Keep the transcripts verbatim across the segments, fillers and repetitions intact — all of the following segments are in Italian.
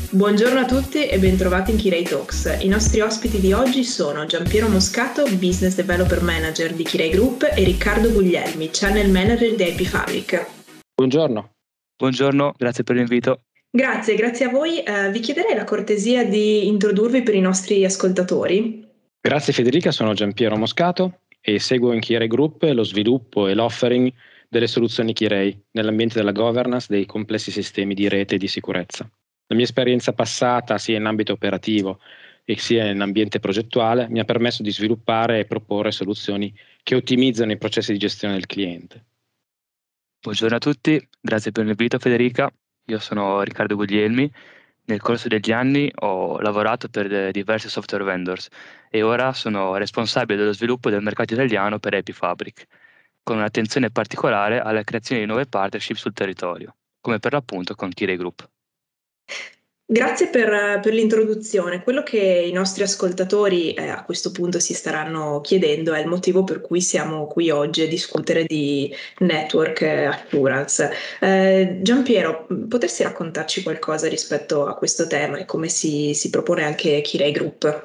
Buongiorno a tutti e bentrovati in Kirei Talks. I nostri ospiti di oggi sono Giampiero Moscato, Business Developer Manager di Kirei Group, e Riccardo Guglielmi, Channel Manager di I P Fabric. Buongiorno. Buongiorno, grazie per l'invito. Grazie, grazie a voi. Uh, vi chiederei la cortesia di introdurvi per i nostri ascoltatori. Grazie Federica, sono Giampiero Moscato e seguo in Kirei Group lo sviluppo e l'offering delle soluzioni Kirei nell'ambiente della governance dei complessi sistemi di rete e di sicurezza. La mia esperienza passata, sia in ambito operativo e sia in ambiente progettuale, mi ha permesso di sviluppare e proporre soluzioni che ottimizzano i processi di gestione del cliente. Buongiorno a tutti, grazie per l'invito Federica. Io sono Riccardo Guglielmi. Nel corso degli anni ho lavorato per diversi software vendors e ora sono responsabile dello sviluppo del mercato italiano per I P Fabric, con un'attenzione particolare alla creazione di nuove partnership sul territorio, come per l'appunto con Kirei Group. Grazie per, per l'introduzione. Quello che i nostri ascoltatori eh, a questo punto si staranno chiedendo è il motivo per cui siamo qui oggi a discutere di Network Assurance. Eh, Giampiero, potresti raccontarci qualcosa rispetto a questo tema e come si, si propone anche Kirei Group?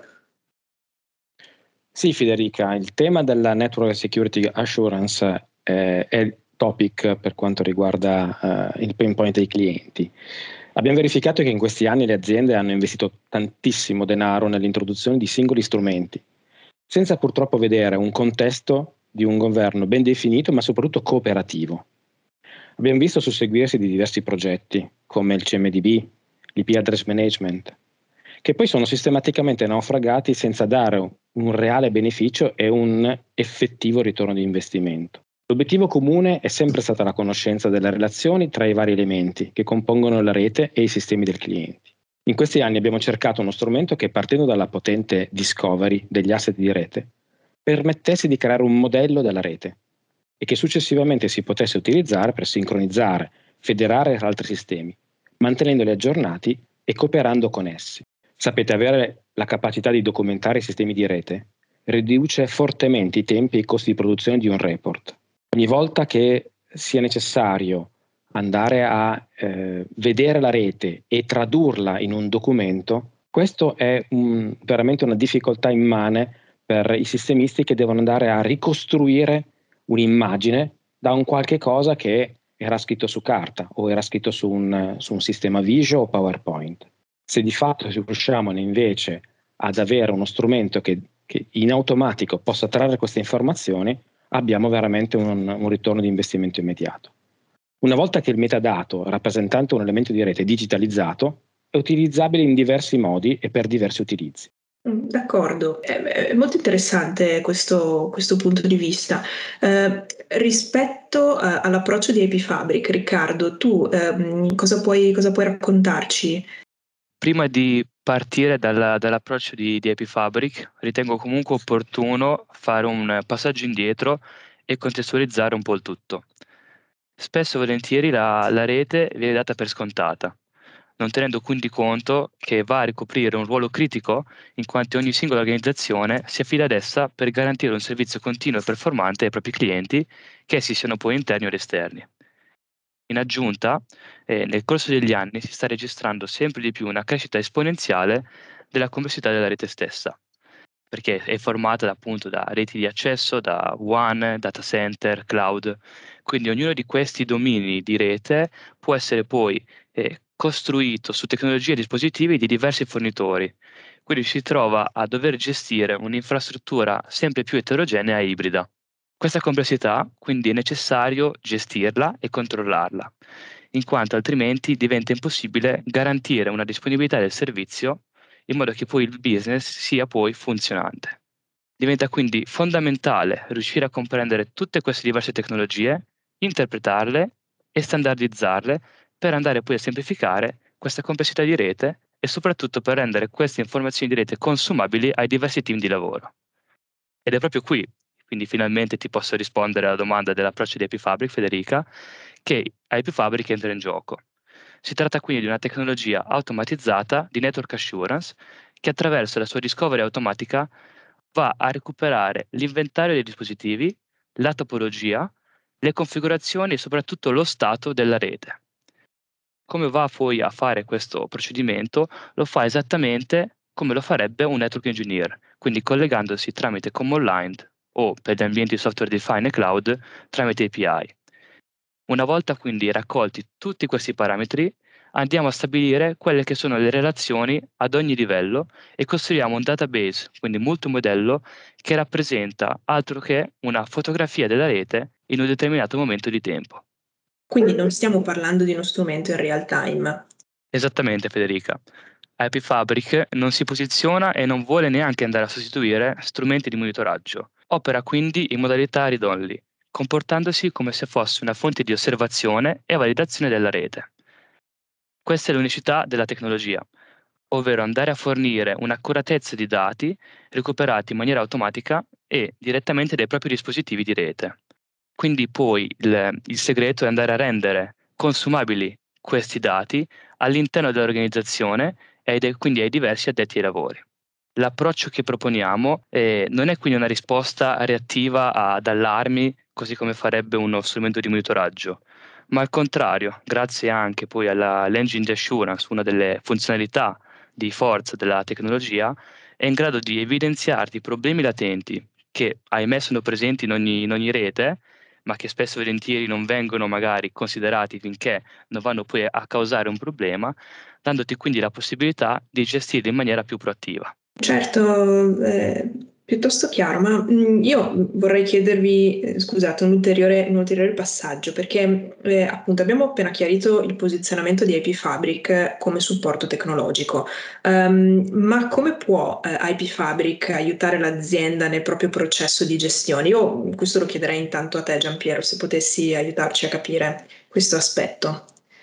Sì, Federica, il tema della Network Security Assurance eh, è il topic per quanto riguarda eh, il pain point dei clienti. Abbiamo verificato che in questi anni le aziende hanno investito tantissimo denaro nell'introduzione di singoli strumenti, senza purtroppo vedere un contesto di un governo ben definito, ma soprattutto cooperativo. Abbiamo visto susseguirsi di diversi progetti, come il C M D B, l'I P Address Management, che poi sono sistematicamente naufragati senza dare un reale beneficio e un effettivo ritorno di investimento. L'obiettivo comune è sempre stata la conoscenza delle relazioni tra i vari elementi che compongono la rete e i sistemi del cliente. In questi anni abbiamo cercato uno strumento che, partendo dalla potente discovery degli asset di rete, permettesse di creare un modello della rete e che successivamente si potesse utilizzare per sincronizzare, federare altri sistemi, mantenendoli aggiornati e cooperando con essi. Sapete, avere la capacità di documentare i sistemi di rete riduce fortemente i tempi e i costi di produzione di un report. Ogni volta che sia necessario andare a eh, vedere la rete e tradurla in un documento, questo è un, veramente una difficoltà immane per i sistemisti che devono andare a ricostruire un'immagine da un qualche cosa che era scritto su carta o era scritto su un, su un sistema Visio o PowerPoint. Se di fatto riusciamo invece ad avere uno strumento che, che in automatico possa trarre queste informazioni, abbiamo veramente un, un ritorno di investimento immediato. Una volta che il metadato, rappresentante un elemento di rete digitalizzato, è utilizzabile in diversi modi e per diversi utilizzi. D'accordo, è, è molto interessante questo, questo punto di vista. Eh, rispetto a, all'approccio di I P Fabric, Riccardo, tu ehm, cosa puoi, cosa puoi raccontarci? Prima di partire dalla, dall'approccio di, di I P Fabric, ritengo comunque opportuno fare un passaggio indietro e contestualizzare un po' il tutto. Spesso e volentieri la, la rete viene data per scontata, non tenendo quindi conto che va a ricoprire un ruolo critico in quanto ogni singola organizzazione si affida ad essa per garantire un servizio continuo e performante ai propri clienti, che essi siano poi interni o esterni. In aggiunta, eh, nel corso degli anni si sta registrando sempre di più una crescita esponenziale della complessità della rete stessa, perché è formata appunto da reti di accesso, da W A N, data center, cloud. Quindi ognuno di questi domini di rete può essere poi eh, costruito su tecnologie e dispositivi di diversi fornitori. Quindi si trova a dover gestire un'infrastruttura sempre più eterogenea e ibrida. Questa complessità quindi è necessario gestirla e controllarla, in quanto altrimenti diventa impossibile garantire una disponibilità del servizio in modo che poi il business sia poi funzionante. Diventa quindi fondamentale riuscire a comprendere tutte queste diverse tecnologie, interpretarle e standardizzarle per andare poi a semplificare questa complessità di rete e soprattutto per rendere queste informazioni di rete consumabili ai diversi team di lavoro. Ed è proprio qui, quindi finalmente ti posso rispondere alla domanda dell'approccio di I P Fabric, Federica, che I P Fabric entra in gioco. Si tratta quindi di una tecnologia automatizzata di network assurance che attraverso la sua discovery automatica va a recuperare l'inventario dei dispositivi, la topologia, le configurazioni e soprattutto lo stato della rete. come va poi a fare questo procedimento? Lo fa esattamente come lo farebbe un network engineer, quindi collegandosi tramite command line o per gli ambienti software defined e cloud tramite A P I. Una volta quindi raccolti tutti questi parametri, andiamo a stabilire quelle che sono le relazioni ad ogni livello e costruiamo un database, quindi multimodello, che rappresenta altro che una fotografia della rete in un determinato momento di tempo. Quindi non stiamo parlando di uno strumento in real time. Esattamente, Federica. I P Fabric non si posiziona e non vuole neanche andare a sostituire strumenti di monitoraggio. Opera quindi in modalità read-only, comportandosi come se fosse una fonte di osservazione e validazione della rete. Questa è l'unicità della tecnologia, ovvero andare a fornire un'accuratezza di dati recuperati in maniera automatica e direttamente dai propri dispositivi di rete. Quindi poi il, il segreto è andare a rendere consumabili questi dati all'interno dell'organizzazione e ai, quindi ai diversi addetti ai lavori. L'approccio che proponiamo eh, non è quindi una risposta reattiva ad allarmi, così come farebbe uno strumento di monitoraggio, ma al contrario, grazie anche poi alla, all'engine di assurance, una delle funzionalità di forza della tecnologia, è in grado di evidenziarti i problemi latenti che, ahimè, sono presenti in ogni, in ogni rete, ma che spesso e volentieri non vengono magari considerati finché non vanno poi a causare un problema, dandoti quindi la possibilità di gestirli in maniera più proattiva. Certo, eh, piuttosto chiaro, ma mh, io vorrei chiedervi, eh, scusate, un ulteriore, un ulteriore passaggio, perché eh, appunto abbiamo appena chiarito il posizionamento di I P Fabric come supporto tecnologico. Um, ma come può eh, I P Fabric aiutare l'azienda nel proprio processo di gestione? Io questo lo chiederei intanto a te, Giampiero, se potessi aiutarci a capire questo aspetto.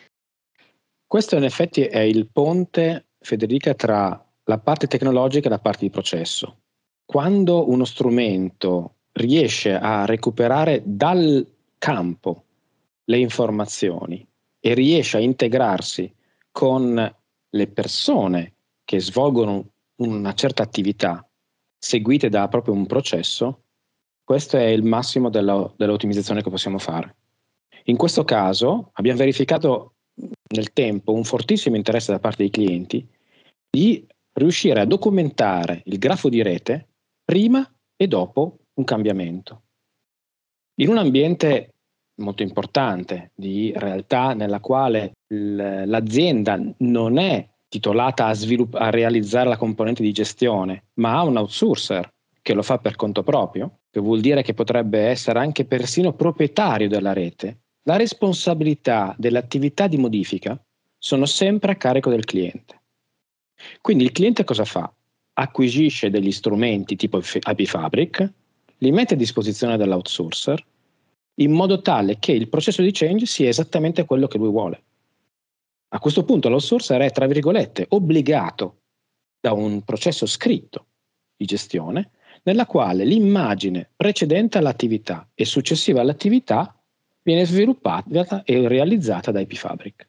Questo in effetti è il ponte, Federica, tra la parte tecnologica e la parte di processo. Quando uno strumento riesce a recuperare dal campo le informazioni e riesce a integrarsi con le persone che svolgono una certa attività seguite da proprio un processo, questo è il massimo della, dell'ottimizzazione che possiamo fare. In questo caso abbiamo verificato nel tempo un fortissimo interesse da parte dei clienti di riuscire a documentare il grafo di rete prima e dopo un cambiamento. In un ambiente molto importante di realtà nella quale l'azienda non è titolata a, svilupp- a realizzare la componente di gestione, ma ha un outsourcer che lo fa per conto proprio, che vuol dire che potrebbe essere anche persino proprietario della rete, la responsabilità dell'attività di modifica sono sempre a carico del cliente. Quindi il cliente cosa fa? Acquisisce degli strumenti tipo I P Fabric, li mette a disposizione dell'outsourcer in modo tale che il processo di change sia esattamente quello che lui vuole. A questo punto l'outsourcer è, tra virgolette, obbligato da un processo scritto di gestione nella quale l'immagine precedente all'attività e successiva all'attività viene sviluppata e realizzata da I P Fabric.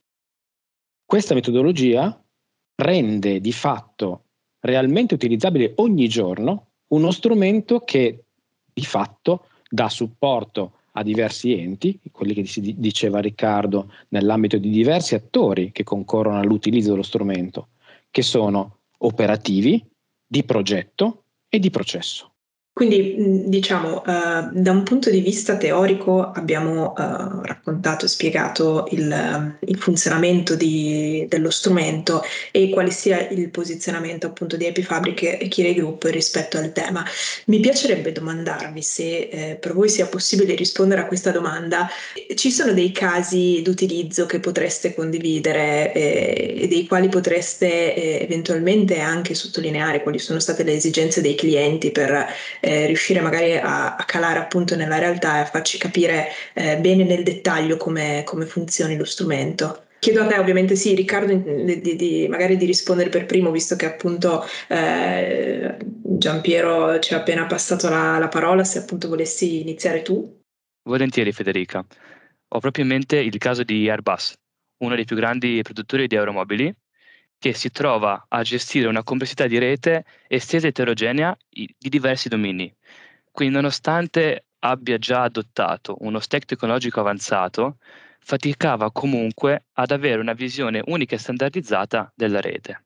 Questa metodologia rende di fatto realmente utilizzabile ogni giorno uno strumento che di fatto dà supporto a diversi enti, quelli che si diceva Riccardo, nell'ambito di diversi attori che concorrono all'utilizzo dello strumento, che sono operativi, di progetto e di processo. Quindi diciamo, uh, da un punto di vista teorico abbiamo uh, raccontato e spiegato il, il funzionamento di, dello strumento e quale sia il posizionamento appunto di I P Fabric e Kirei Group rispetto al tema. Mi piacerebbe domandarvi se eh, per voi sia possibile rispondere a questa domanda. Ci sono dei casi d'utilizzo che potreste condividere eh, e dei quali potreste eh, eventualmente anche sottolineare quali sono state le esigenze dei clienti per Eh, riuscire magari a, a calare appunto nella realtà e a farci capire eh, bene nel dettaglio come, come funzioni lo strumento. Chiedo a te ovviamente sì, Riccardo, di, di, di, magari di rispondere per primo, visto che appunto eh, Giampiero ci ha appena passato la, la parola, se appunto volessi iniziare tu. Volentieri, Federica. Ho proprio in mente il caso di Airbus, uno dei più grandi produttori di aeromobili, che si trova a gestire una complessità di rete estesa e eterogenea di diversi domini. Quindi, nonostante abbia già adottato uno stack tecnologico avanzato, faticava comunque ad avere una visione unica e standardizzata della rete.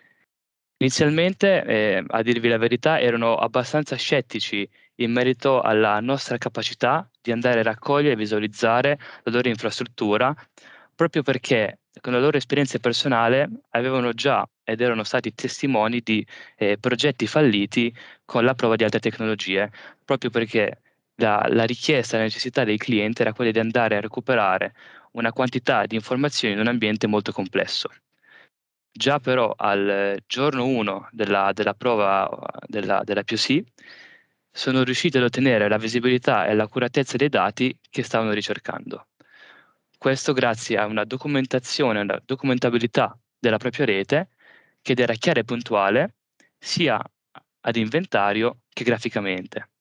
Inizialmente, eh, a dirvi la verità, erano abbastanza scettici in merito alla nostra capacità di andare a raccogliere e visualizzare la loro infrastruttura, proprio perché con la loro esperienza personale avevano già ed erano stati testimoni di eh, progetti falliti con la prova di altre tecnologie, proprio perché la, la richiesta, la necessità dei clienti era quella di andare a recuperare una quantità di informazioni in un ambiente molto complesso. Già però al giorno uno della, della prova della, della P O C sono riusciti ad ottenere la visibilità e l'accuratezza dei dati che stavano ricercando. Questo grazie a una documentazione, una documentabilità della propria rete che era chiara e puntuale sia ad inventario che graficamente.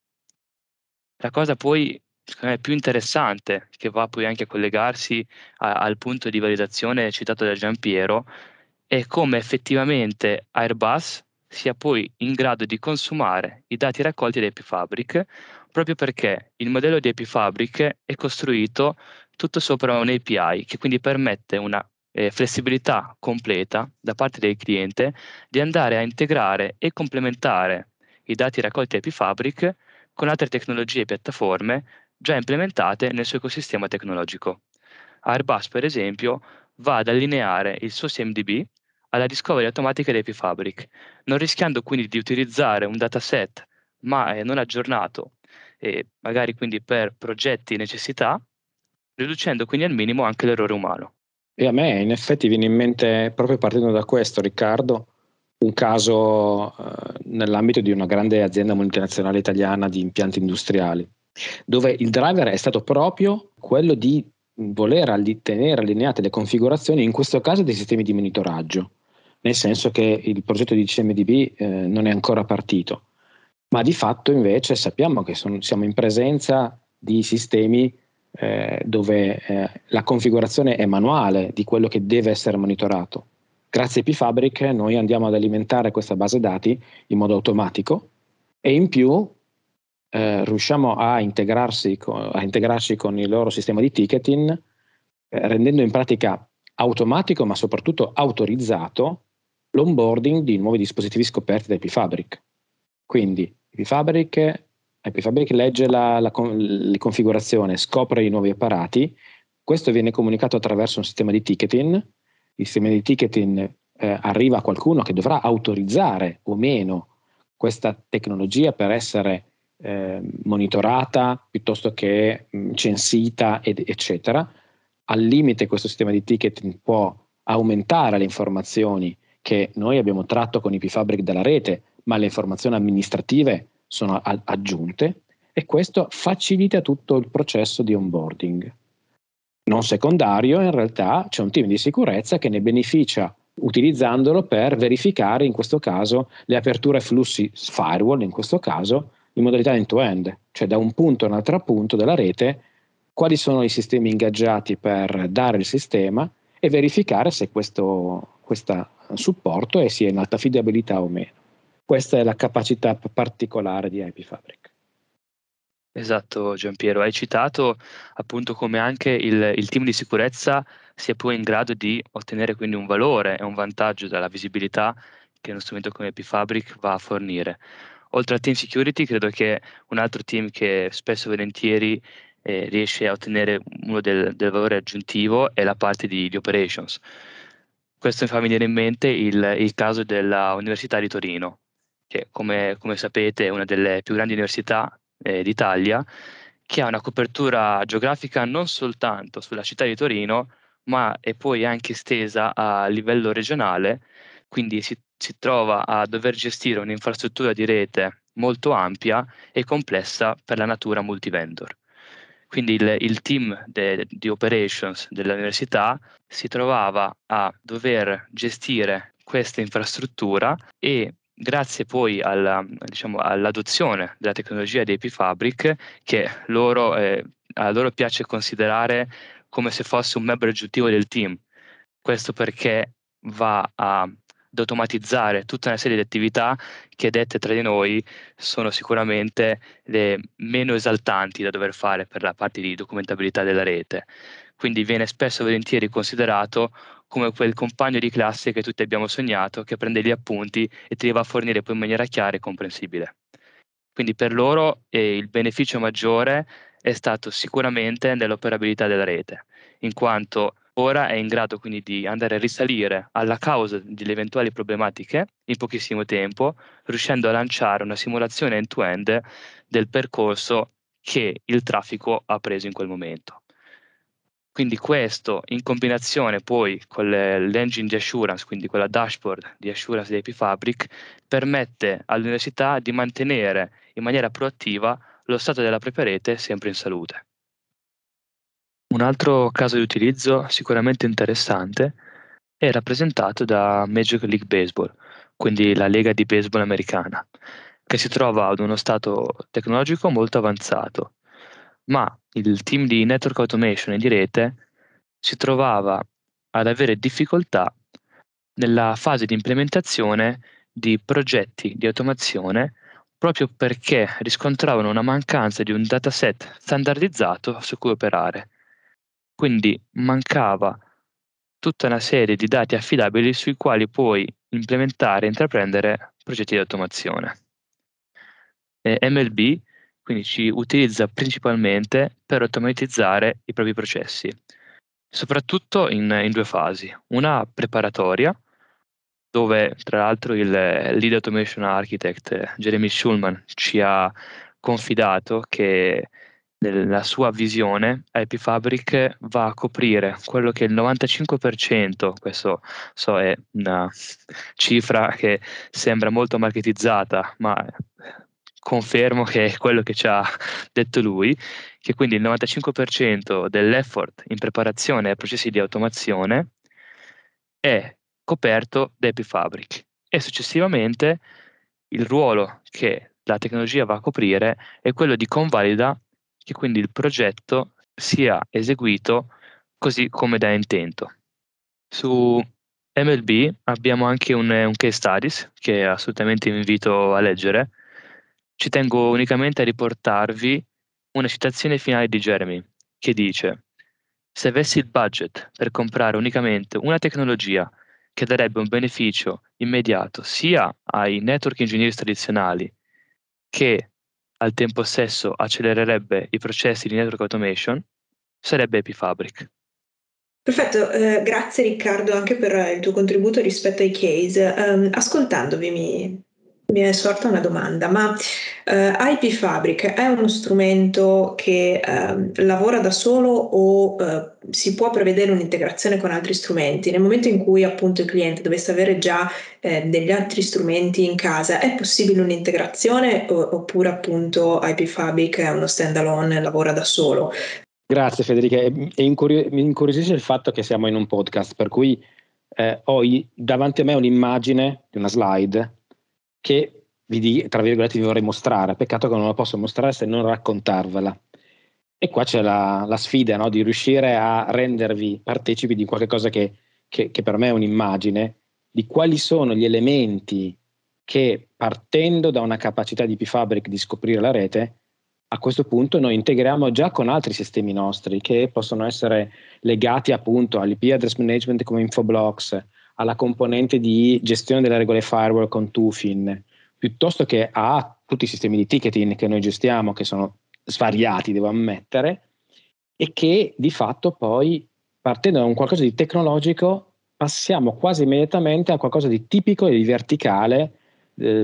La cosa poi secondo me più interessante, che va poi anche a collegarsi a- al punto di validazione citato da Giampiero, è come effettivamente Airbus sia poi in grado di consumare i dati raccolti da Epifabric, proprio perché il modello di Epifabric è costruito tutto sopra un A P I, che quindi permette una eh, flessibilità completa da parte del cliente di andare a integrare e complementare i dati raccolti da Epifabric con altre tecnologie e piattaforme già implementate nel suo ecosistema tecnologico. Airbus, per esempio, va ad allineare il suo C M D B alla discovery automatica di Epifabric, non rischiando quindi di utilizzare un dataset ma eh, non aggiornato e magari quindi per progetti e necessità, riducendo quindi al minimo anche l'errore umano. E a me in effetti viene in mente, proprio partendo da questo, Riccardo, un caso eh, nell'ambito di una grande azienda multinazionale italiana di impianti industriali, dove il driver è stato proprio quello di voler alli- tenere allineate le configurazioni, in questo caso dei sistemi di monitoraggio, nel senso che il progetto di C M D B eh, non è ancora partito, ma di fatto invece sappiamo che son- siamo in presenza di sistemi eh, dove eh, la configurazione è manuale di quello che deve essere monitorato. Grazie a Epifabric noi andiamo ad alimentare questa base dati in modo automatico e in più eh, riusciamo a, integrarsi co- a integrarci con il loro sistema di ticketing, eh, rendendo in pratica automatico ma soprattutto autorizzato l'onboarding di nuovi dispositivi scoperti da Epifabric. Quindi Epifabric, Epifabric legge la, la, la configurazione, scopre i nuovi apparati, questo viene comunicato attraverso un sistema di ticketing, il sistema di ticketing eh, arriva a qualcuno che dovrà autorizzare o meno questa tecnologia per essere eh, monitorata piuttosto che mh, censita, ed, eccetera. Al limite questo sistema di ticketing può aumentare le informazioni che noi abbiamo tratto con Epifabric dalla rete, ma le informazioni amministrative sono a- aggiunte e questo facilita tutto il processo di onboarding. Non secondario, in realtà c'è un team di sicurezza che ne beneficia utilizzandolo per verificare in questo caso le aperture flussi firewall, in questo caso in modalità end-to-end, cioè da un punto a un altro punto della rete, quali sono i sistemi ingaggiati per dare il sistema e verificare se questo questa supporto e sia in alta affidabilità o meno. Questa è la capacità particolare di Epifabric. Esatto, Giampiero, hai citato appunto come anche il, il team di sicurezza sia poi in grado di ottenere quindi un valore e un vantaggio dalla visibilità che uno strumento come Epifabric va a fornire. Oltre al team security, credo che un altro team che spesso e volentieri eh, riesce a ottenere uno del, del valore aggiuntivo è la parte di, di operations. Questo mi fa venire in mente il, il caso della Università di Torino, che come, come sapete è una delle più grandi università eh, d'Italia, che ha una copertura geografica non soltanto sulla città di Torino, ma è poi anche estesa a livello regionale, quindi si, si trova a dover gestire un'infrastruttura di rete molto ampia e complessa per la natura multivendor. Quindi il, il team de, di operations dell'università si trovava a dover gestire questa infrastruttura e grazie poi alla, diciamo, all'adozione della tecnologia di Epifabric, che loro, eh, a loro piace considerare come se fosse un membro aggiuntivo del team. Questo perché va a, ad automatizzare tutta una serie di attività che, dette tra di noi, sono sicuramente le meno esaltanti da dover fare per la parte di documentabilità della rete. quindi viene spesso e volentieri considerato come quel compagno di classe che tutti abbiamo sognato, che prende gli appunti e ti li va a fornire poi in maniera chiara e comprensibile. Quindi per loro eh, il beneficio maggiore è stato sicuramente nell'operabilità della rete, in quanto ora è in grado quindi di andare a risalire alla causa delle eventuali problematiche in pochissimo tempo, riuscendo a lanciare una simulazione end-to-end del percorso che il traffico ha preso in quel momento. Quindi questo, in combinazione poi con le- l'engine di assurance, quindi quella dashboard di assurance di I P Fabric, permette all'università di mantenere in maniera proattiva lo stato della propria rete sempre in salute. Un altro caso di utilizzo sicuramente interessante è rappresentato da Major League Baseball, quindi la lega di baseball americana, che si trova ad uno stato tecnologico molto avanzato, ma il team di network automation e di rete si trovava ad avere difficoltà nella fase di implementazione di progetti di automazione proprio perché riscontravano una mancanza di un dataset standardizzato su cui operare. Quindi mancava tutta una serie di dati affidabili sui quali puoi implementare e intraprendere progetti di automazione. E M L B quindi ci utilizza principalmente per automatizzare i propri processi, soprattutto in, in due fasi. Una preparatoria, dove tra l'altro il Lead Automation Architect Jeremy Schulman ci ha confidato che nella sua visione I P Fabric va a coprire quello che il novantacinque per cento, questo so è una cifra che sembra molto marketizzata, ma confermo che è quello che ci ha detto lui, che quindi il novantacinque per cento dell'effort in preparazione ai processi di automazione è coperto da I P Fabric e successivamente il ruolo che la tecnologia va a coprire è quello di convalida che quindi il progetto sia eseguito così come da intento. Su M L B abbiamo anche un, un case studies che assolutamente vi invito a leggere. Ci tengo unicamente a riportarvi una citazione finale di Jeremy che dice: se avessi il budget per comprare unicamente una tecnologia che darebbe un beneficio immediato sia ai network engineers tradizionali che al tempo stesso accelererebbe i processi di network automation, sarebbe I P Fabric. Perfetto, eh, grazie Riccardo anche per il tuo contributo rispetto ai case. Um, ascoltandovi mi, mi è sorta una domanda, ma eh, I P Fabric è uno strumento che ehm, lavora da solo o eh, si può prevedere un'integrazione con altri strumenti? Nel momento in cui appunto il cliente dovesse avere già eh, degli altri strumenti in casa, è possibile un'integrazione o- oppure appunto I P Fabric è uno standalone, lavora da solo? Grazie Federica, e, e incurio- mi incuriosisce il fatto che siamo in un podcast, per cui eh, ho i- davanti a me un'immagine di una slide che vi, di- tra virgolette, vi vorrei mostrare. Peccato che non la posso mostrare se non raccontarvela. E qua c'è la, la sfida, no, di riuscire a rendervi partecipi di qualcosa che, che, che per me è un'immagine di quali sono gli elementi che, partendo da una capacità di I P Fabric di scoprire la rete, a questo punto noi integriamo già con altri sistemi nostri che possono essere legati appunto all'I P address management come Infoblox, alla componente di gestione delle regole firewall con Tufin, piuttosto che a tutti i sistemi di ticketing che noi gestiamo, che sono svariati, devo ammettere, e che di fatto poi, partendo da un qualcosa di tecnologico, passiamo quasi immediatamente a qualcosa di tipico e di verticale eh,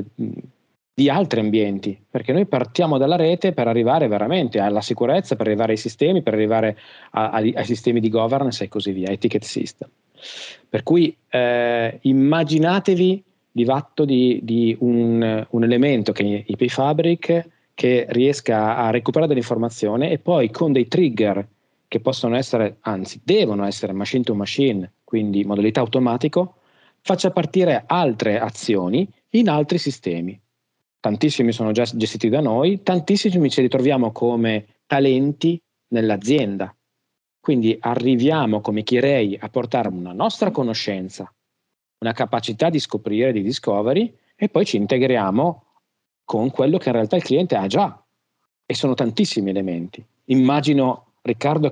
di altri ambienti, perché noi partiamo dalla rete per arrivare veramente alla sicurezza, per arrivare ai sistemi, per arrivare a, a, ai sistemi di governance e così via, ai ticket system. Per cui eh, immaginatevi di fatto di, di un, un elemento che è I P Fabric che riesca a recuperare dell'informazione e poi con dei trigger che possono essere, anzi devono essere machine to machine, quindi modalità automatico, faccia partire altre azioni in altri sistemi. Tantissimi sono già gestiti da noi, tantissimi ci ritroviamo come talenti nell'azienda. Quindi arriviamo come Kirei a portare una nostra conoscenza, una capacità di scoprire, di discovery, e poi ci integriamo con quello che in realtà il cliente ha già. E sono tantissimi elementi. Immagino, Riccardo, che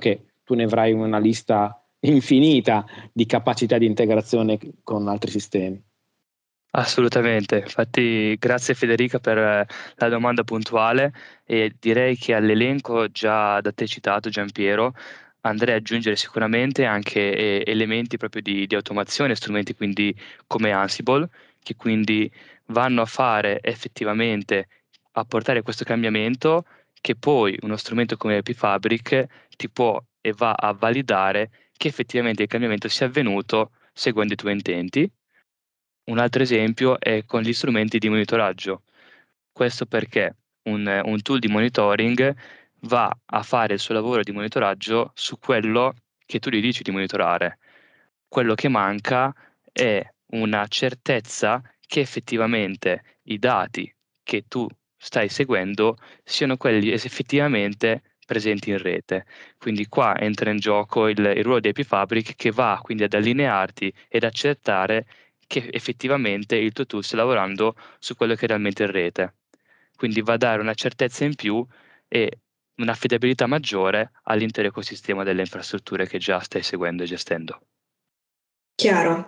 tu ne avrai una lista infinita di capacità di integrazione con altri sistemi. Assolutamente, infatti grazie Federica per la domanda puntuale, e direi che all'elenco già da te citato Giampiero andrei ad aggiungere sicuramente anche eh, elementi proprio di, di automazione, strumenti quindi come Ansible, che quindi vanno a fare effettivamente, a portare questo cambiamento, che poi uno strumento come Epifabric ti può e va a validare che effettivamente il cambiamento sia avvenuto seguendo i tuoi intenti. Un altro esempio è con gli strumenti di monitoraggio. Questo perché un, un tool di monitoring va a fare il suo lavoro di monitoraggio su quello che tu gli dici di monitorare. Quello che manca è una certezza che effettivamente i dati che tu stai seguendo siano quelli effettivamente presenti in rete. Quindi qua entra in gioco il, il ruolo di Epifabric, che va quindi ad allinearti ed accertare che effettivamente il tuo tool stia lavorando su quello che è realmente in rete. Quindi va a dare una certezza in più e un'affidabilità maggiore all'intero ecosistema delle infrastrutture che già stai seguendo e gestendo. Chiaro.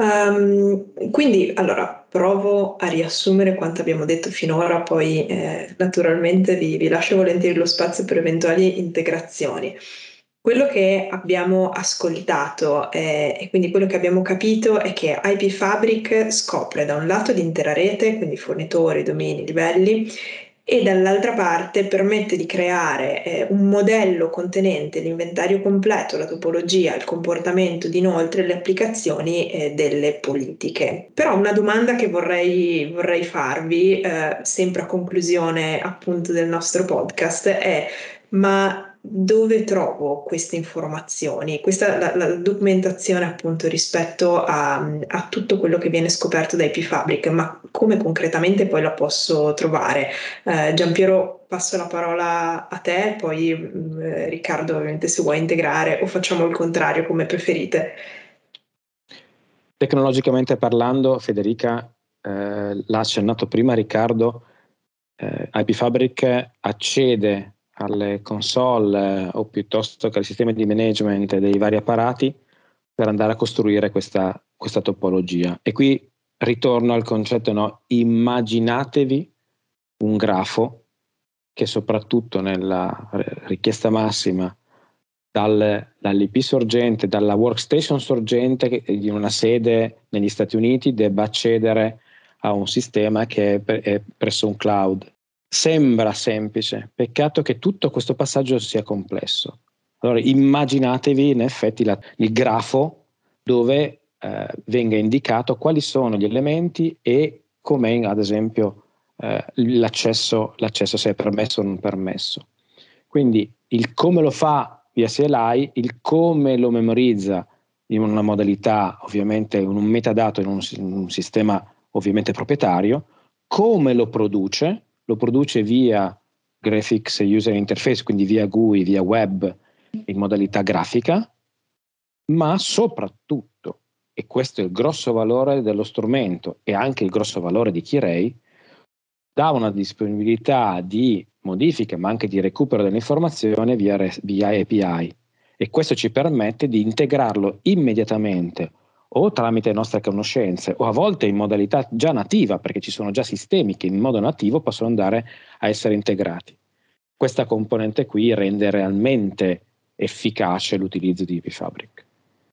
Um, quindi, allora, provo a riassumere quanto abbiamo detto finora, poi eh, naturalmente vi, vi lascio volentieri lo spazio per eventuali integrazioni. Quello che abbiamo ascoltato eh, e quindi quello che abbiamo capito è che I P Fabric scopre da un lato l'intera rete, quindi fornitori, domini, livelli, e dall'altra parte permette di creare eh, un modello contenente l'inventario completo, la topologia, il comportamento di inoltre le applicazioni eh, delle politiche. Però una domanda che vorrei, vorrei farvi, eh, sempre a conclusione appunto del nostro podcast, è: ma dove trovo queste informazioni, questa la, la documentazione appunto rispetto a, a tutto quello che viene scoperto da Epifabric, ma come concretamente poi la posso trovare? Eh, Giampiero, passo la parola a te, poi eh, Riccardo ovviamente se vuoi integrare, o facciamo il contrario, come preferite. Tecnologicamente parlando, Federica, eh, l'ha accennato prima Riccardo, eh, Epifabric accede alle console eh, o piuttosto che ai sistemi di management dei vari apparati per andare a costruire questa, questa topologia. E qui ritorno al concetto, no? Immaginatevi un grafo che soprattutto nella richiesta massima dal, dall'I P sorgente, dalla workstation sorgente di una sede negli Stati Uniti debba accedere a un sistema che è, è presso un cloud. Sembra semplice, peccato che tutto questo passaggio sia complesso. Allora immaginatevi in effetti la, il grafo dove eh, venga indicato quali sono gli elementi e com'è ad esempio eh, l'accesso, l'accesso se è permesso o non permesso. Quindi il come lo fa via C L I, il come lo memorizza in una modalità ovviamente in un metadato in un, in un sistema ovviamente proprietario, come lo produce, lo produce via Graphics User Interface, quindi via G U I, via web, in modalità grafica, ma soprattutto, e questo è il grosso valore dello strumento e anche il grosso valore di Kirei, dà una disponibilità di modifiche ma anche di recupero dell'informazione via, via A P I, e questo ci permette di integrarlo immediatamente o tramite nostre conoscenze o a volte in modalità già nativa, perché ci sono già sistemi che in modo nativo possono andare a essere integrati. Questa componente qui rende realmente efficace l'utilizzo di Epifabric.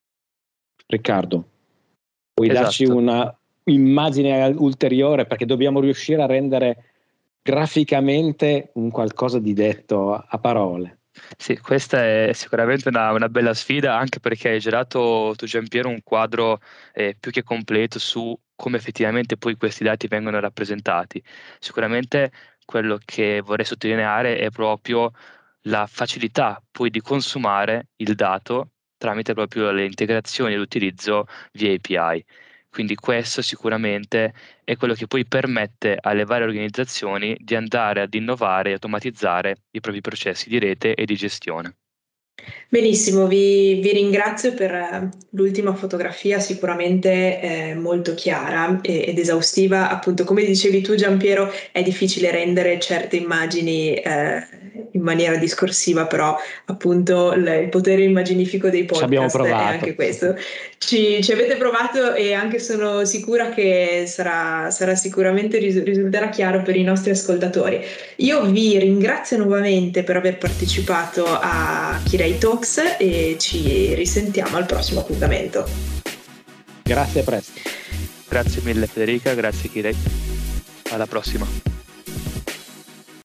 Riccardo, puoi Esatto. darci una immagine ulteriore, perché dobbiamo riuscire a rendere graficamente un qualcosa di detto a parole. Sì, questa è sicuramente una, una bella sfida, anche perché hai girato tu Giampiero un quadro eh, più che completo su come effettivamente poi questi dati vengono rappresentati. Sicuramente quello che vorrei sottolineare è proprio la facilità poi di consumare il dato tramite proprio le integrazioni e l'utilizzo via A P I. Quindi questo sicuramente è quello che poi permette alle varie organizzazioni di andare ad innovare e automatizzare i propri processi di rete e di gestione. Benissimo, vi, vi ringrazio per eh, l'ultima fotografia, sicuramente eh, molto chiara e- ed esaustiva. Appunto, come dicevi tu, Giampiero, è difficile rendere certe immagini eh, in maniera discorsiva, però appunto il, il potere immaginifico dei podcast è anche questo. Ci, ci avete provato e anche sono sicura che sarà, sarà sicuramente risulterà chiaro per i nostri ascoltatori. Io vi ringrazio nuovamente per aver partecipato a Kirei Talks e ci risentiamo al prossimo appuntamento. Grazie, a presto. Grazie mille Federica, grazie Kirei. Alla prossima.